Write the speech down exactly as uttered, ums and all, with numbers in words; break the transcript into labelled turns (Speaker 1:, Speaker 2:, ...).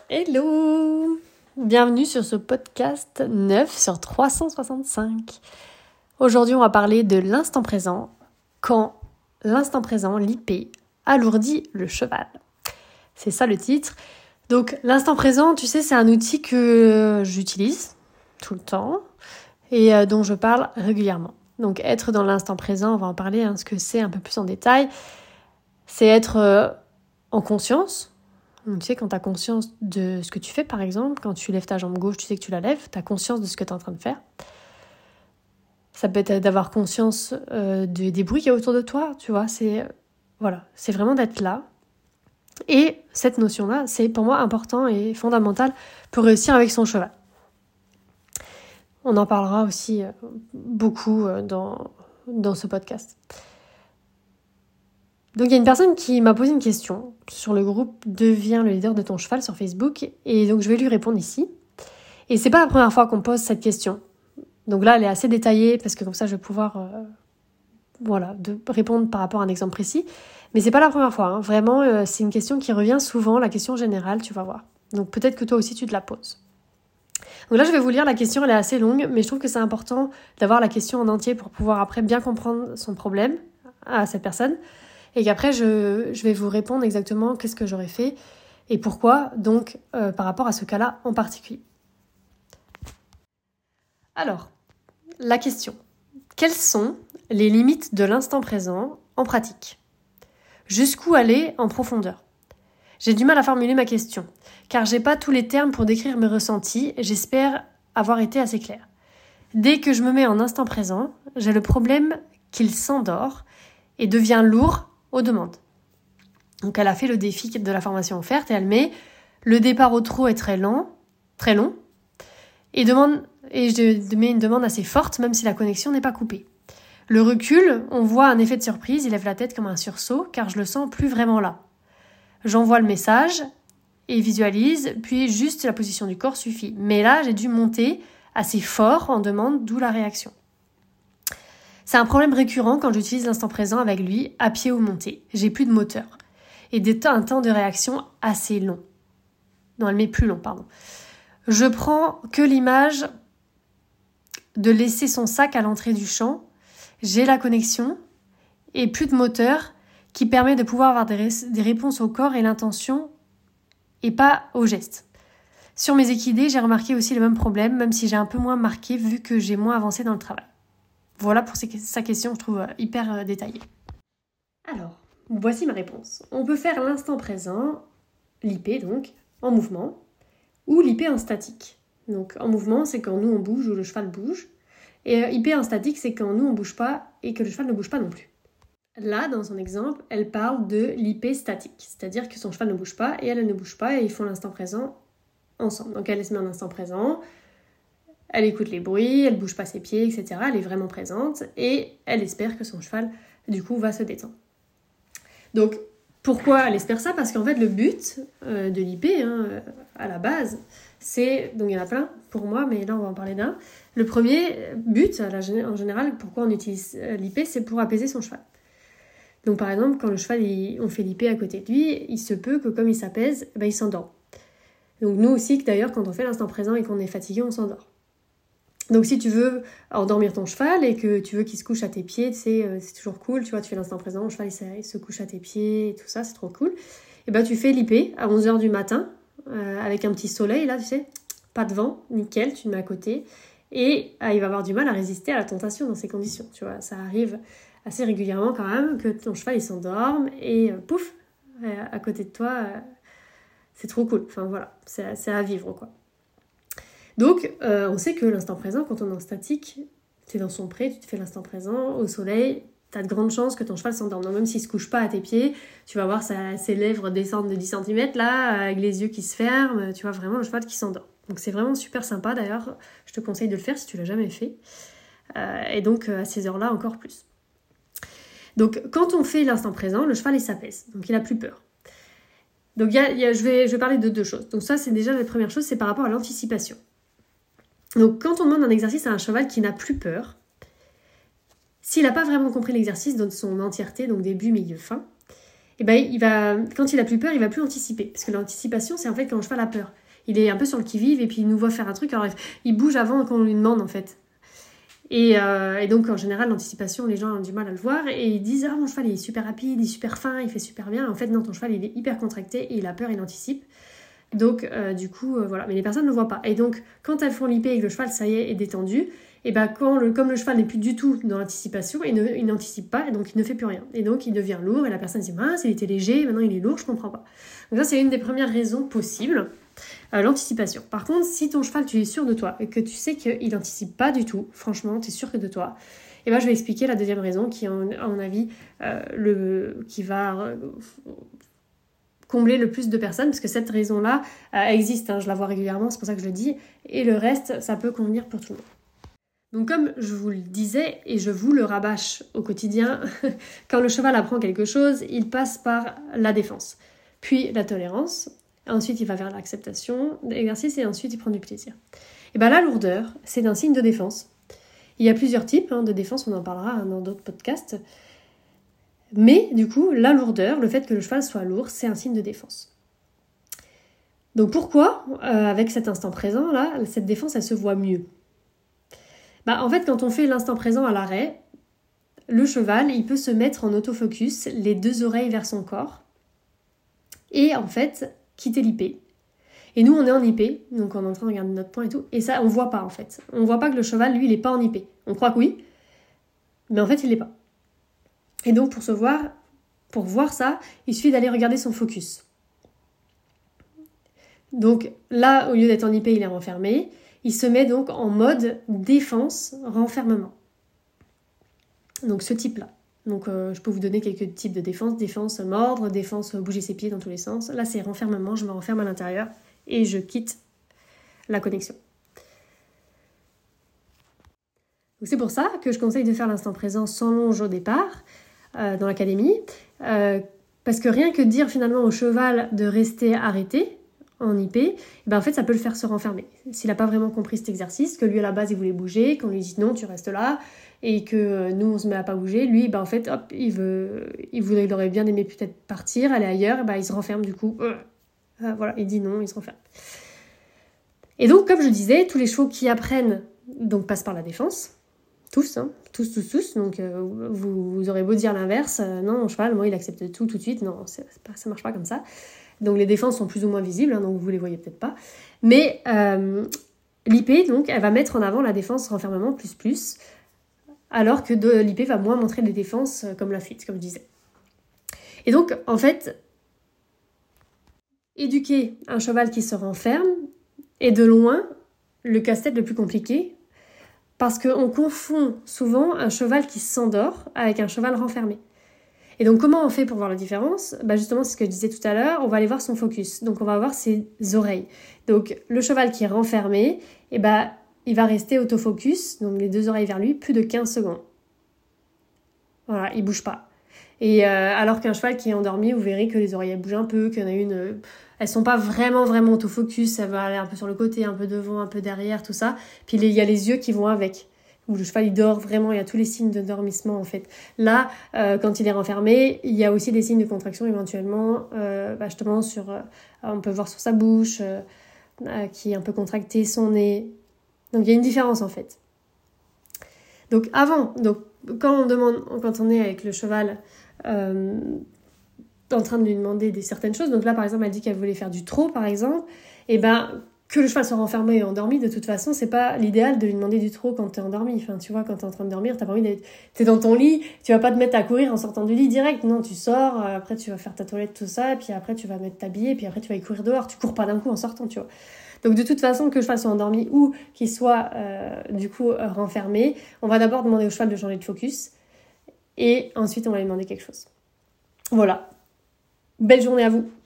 Speaker 1: Hello! Bienvenue sur ce podcast neuf sur trois cent soixante-cinq. Aujourd'hui, on va parler de l'instant présent, quand l'instant présent, l'I P, alourdit le cheval. C'est ça le titre. Donc, l'instant présent, tu sais, c'est un outil que j'utilise tout le temps et dont je parle régulièrement. Donc, être dans l'instant présent, on va en parler, hein, ce que c'est un peu plus en détail. C'est être euh, en conscience. Donc, tu sais, quand tu as conscience de ce que tu fais, par exemple, quand tu lèves ta jambe gauche, tu sais que tu la lèves, tu as conscience de ce que tu es en train de faire. Ça peut être d'avoir conscience euh, de, des bruits qu'il y a autour de toi, tu vois. C'est, voilà, c'est vraiment d'être là. Et cette notion-là, c'est pour moi important et fondamental pour réussir avec son cheval. On en parlera aussi euh, beaucoup euh, dans, dans ce podcast. Donc il y a une personne qui m'a posé une question sur le groupe « Deviens le leader de ton cheval » sur Facebook, et donc je vais lui répondre ici. Et c'est pas la première fois qu'on pose cette question. Donc là, elle est assez détaillée, parce que comme ça, je vais pouvoir euh, voilà, de répondre par rapport à un exemple précis. Mais c'est pas la première fois, hein. Vraiment, euh, c'est une question qui revient souvent, la question générale, tu vas voir. Donc peut-être que toi aussi, tu te la poses. Donc là, je vais vous lire la question, elle est assez longue, mais je trouve que c'est important d'avoir la question en entier pour pouvoir après bien comprendre son problème à cette personne. Et qu'après, je, je vais vous répondre exactement qu'est-ce que j'aurais fait et pourquoi, donc, euh, par rapport à ce cas-là en particulier. Alors, la question. Quelles sont les limites de l'instant présent en pratique ? Jusqu'où aller en profondeur ? J'ai du mal à formuler ma question, car j'ai pas tous les termes pour décrire mes ressentis, j'espère avoir été assez claire. Dès que je me mets en instant présent, j'ai le problème qu'il s'endort et devient lourd aux demandes. Donc elle a fait le défi de la formation offerte et elle met le départ au trot est très lent, très long et demande et je mets une demande assez forte même si la connexion n'est pas coupée. Le recul, on voit un effet de surprise, il lève la tête comme un sursaut car je le sens plus vraiment là. J'envoie le message et visualise, puis juste la position du corps suffit. Mais là, j'ai dû monter assez fort en demande, d'où la réaction. C'est un problème récurrent quand j'utilise l'instant présent avec lui, à pied ou monté. J'ai plus de moteur. Et des temps, un temps de réaction assez long. Non, elle met plus long, pardon. Je prends que l'image de laisser son sac à l'entrée du champ. J'ai la connexion et plus de moteur qui permet de pouvoir avoir des, ré- des réponses au corps et l'intention et pas au geste. Sur mes équidés, j'ai remarqué aussi le même problème, même si j'ai un peu moins marqué vu que j'ai moins avancé dans le travail. Voilà pour sa question, je trouve hyper détaillée. Alors, voici ma réponse. On peut faire l'instant présent, l'I P donc, en mouvement, ou l'I P en statique. Donc en mouvement, c'est quand nous on bouge ou le cheval bouge. Et I P en statique, c'est quand nous on bouge pas et que le cheval ne bouge pas non plus. Là, dans son exemple, elle parle de l'I P statique, c'est-à-dire que son cheval ne bouge pas et elle, elle ne bouge pas et ils font l'instant présent ensemble. Donc elle se met en instant présent. Elle écoute les bruits, elle bouge pas ses pieds, et cetera. Elle est vraiment présente et elle espère que son cheval, du coup, va se détendre. Donc, pourquoi elle espère ça ? Parce qu'en fait, le but euh, de l'I P, hein, à la base, c'est... Donc, il y en a plein pour moi, mais là, on va en parler d'un. Le premier but, en général, pourquoi on utilise l'I P, c'est pour apaiser son cheval. Donc, par exemple, quand le cheval, il, on fait l'I P à côté de lui, il se peut que, comme il s'apaise, ben, il s'endort. Donc, nous aussi, d'ailleurs, quand on fait l'instant présent et qu'on est fatigué, on s'endort. Donc si tu veux endormir ton cheval et que tu veux qu'il se couche à tes pieds, tu sais, euh, c'est toujours cool, tu vois, tu fais l'instant présent, le cheval il, il se couche à tes pieds et tout ça, c'est trop cool. Et ben tu fais l'I P à onze heures du matin, euh, avec un petit soleil là, tu sais, pas de vent, nickel, tu le mets à côté. Et euh, il va avoir du mal à résister à la tentation dans ces conditions, tu vois. Ça arrive assez régulièrement quand même que ton cheval il s'endorme et euh, pouf, euh, à côté de toi, euh, c'est trop cool. Enfin voilà, c'est, c'est à vivre quoi. Donc, euh, on sait que l'instant présent, quand on est en statique, tu es dans son pré, tu te fais l'instant présent, au soleil, tu as de grandes chances que ton cheval s'endorme. Donc, même s'il ne se couche pas à tes pieds, tu vas voir sa, ses lèvres descendre de dix centimètres, là, avec les yeux qui se ferment, tu vois vraiment le cheval qui s'endort. Donc, c'est vraiment super sympa, d'ailleurs, je te conseille de le faire si tu ne l'as jamais fait. Euh, et donc, à ces heures-là, encore plus. Donc, quand on fait l'instant présent, le cheval, il s'apaise, donc il n'a plus peur. Donc, y a, y a, je, vais, je vais parler de deux choses. Donc, ça, c'est déjà la première chose, c'est par rapport à l'anticipation. Donc, quand on demande un exercice à un cheval qui n'a plus peur, s'il n'a pas vraiment compris l'exercice dans son entièreté, donc début, milieu, fin, et ben il va, quand il a plus peur, il va plus anticiper. Parce que l'anticipation, c'est en fait quand le cheval a peur. Il est un peu sur le qui-vive et puis il nous voit faire un truc, alors il bouge avant qu'on lui demande en fait. Et, euh, et donc en général, l'anticipation, les gens ont du mal à le voir et ils disent « Ah, mon cheval il est super rapide, il est super fin, il fait super bien ». En fait non, ton cheval il est hyper contracté et il a peur, il anticipe. Donc euh, du coup, euh, voilà. Mais les personnes ne le voient pas. Et donc quand elles font l'I P et que le cheval, ça y est, est détendu, et ben quand le, comme le cheval n'est plus du tout dans l'anticipation, il, ne, il n'anticipe pas et donc il ne fait plus rien. Et donc il devient lourd et la personne dit « Mince, il était léger, maintenant il est lourd, je comprends pas ». Donc ça c'est une des premières raisons possibles. Euh, l'anticipation. Par contre, si ton cheval, tu es sûr de toi et que tu sais qu'il n'anticipe pas du tout, franchement, tu es sûr que de toi, et ben je vais expliquer la deuxième raison qui, à mon avis, euh, le, qui va euh, combler le plus de personnes, parce que cette raison-là euh, existe, hein, je la vois régulièrement, c'est pour ça que je le dis, et le reste, ça peut convenir pour tout le monde. Donc comme je vous le disais, et je vous le rabâche au quotidien, quand le cheval apprend quelque chose, il passe par la défense, puis la tolérance. Ensuite, il va vers l'acceptation de l'exercice et ensuite, il prend du plaisir. Et bien, la lourdeur, c'est un signe de défense. Il y a plusieurs types hein, de défense, on en parlera hein, dans d'autres podcasts. Mais du coup, la lourdeur, le fait que le cheval soit lourd, c'est un signe de défense. Donc pourquoi, euh, avec cet instant présent, là, cette défense, elle se voit mieux ? Bah, en fait, quand on fait l'instant présent à l'arrêt, le cheval, il peut se mettre en autofocus, les deux oreilles vers son corps. Et en fait, quitter l'I P. Et nous, on est en I P, donc on est en train de regarder notre point et tout, et ça, on voit pas en fait. On voit pas que le cheval, lui, il est pas en I P. On croit que oui, mais en fait, il l'est pas. Et donc, pour se voir, pour voir ça, il suffit d'aller regarder son focus. Donc là, au lieu d'être en I P, il est renfermé. Il se met donc en mode défense, renfermement. Donc ce type-là. Donc euh, je peux vous donner quelques types de défense. Défense mordre, défense bouger ses pieds dans tous les sens. Là c'est renfermement, je me renferme à l'intérieur et je quitte la connexion. Donc c'est pour ça que je conseille de faire l'instant présent sans longe au départ euh, dans l'académie. Euh, parce que rien que dire finalement au cheval de rester arrêté en I P, ben en fait ça peut le faire se renfermer. S'il n'a pas vraiment compris cet exercice, que lui à la base il voulait bouger, qu'on lui dit non tu restes là, et que nous on se met à pas bouger, lui ben en fait hop il veut, il voudrait, il aurait bien aimé peut-être partir, aller ailleurs, et ben il se renferme du coup, euh, voilà il dit non, il se renferme. Et donc comme je disais, tous les chevaux qui apprennent donc passent par la défense, tous, hein, tous, tous, tous, donc euh, vous, vous aurez beau dire l'inverse, euh, non mon cheval, moi il accepte tout tout de suite, non c'est, c'est pas, ça marche pas comme ça. Donc les défenses sont plus ou moins visibles, hein, donc vous les voyez peut-être pas. Mais euh, l'I P, donc, elle va mettre en avant la défense renfermement plus plus, alors que de, l'I P va moins montrer les défenses euh, comme la fuite, comme je disais. Et donc, en fait, éduquer un cheval qui se renferme est de loin le casse-tête le plus compliqué, parce qu'on confond souvent un cheval qui s'endort avec un cheval renfermé. Et donc, comment on fait pour voir la différence ? Bah justement, c'est ce que je disais tout à l'heure, on va aller voir son focus. Donc, on va voir ses oreilles. Donc, le cheval qui est renfermé, eh bah, il va rester autofocus, donc les deux oreilles vers lui, plus de quinze secondes. Voilà, il bouge pas. Et euh, alors qu'un cheval qui est endormi, vous verrez que les oreilles elles bougent un peu, qu'il y en a une, euh, elles sont pas vraiment, vraiment autofocus, ça va aller un peu sur le côté, un peu devant, un peu derrière, tout ça. Puis il y a les yeux qui vont avec. Où le cheval il dort vraiment, il y a tous les signes de dormissement en fait. Là, euh, quand il est renfermé, il y a aussi des signes de contraction éventuellement, euh, bah, justement sur, euh, on peut voir sur sa bouche, euh, euh, qui est un peu contractée, son nez. Donc il y a une différence en fait. Donc avant, donc quand on demande, quand on est avec le cheval, euh, en train de lui demander des certaines choses, donc là par exemple elle dit qu'elle voulait faire du trot par exemple, et ben que le cheval soit renfermé et endormi, de toute façon, c'est pas l'idéal de lui demander du trot quand t'es endormi. Enfin, tu vois, quand t'es en train de dormir, t'as pas envie d'être... T'es dans ton lit, tu vas pas te mettre à courir en sortant du lit direct. Non, tu sors, euh, après tu vas faire ta toilette, tout ça, et puis après tu vas mettre t'habiller, et puis après tu vas y courir dehors. Tu cours pas d'un coup en sortant, tu vois. Donc de toute façon, que le cheval soit endormi ou qu'il soit, euh, du coup, euh, renfermé, on va d'abord demander au cheval de changer de focus, et ensuite on va lui demander quelque chose. Voilà. Belle journée à vous.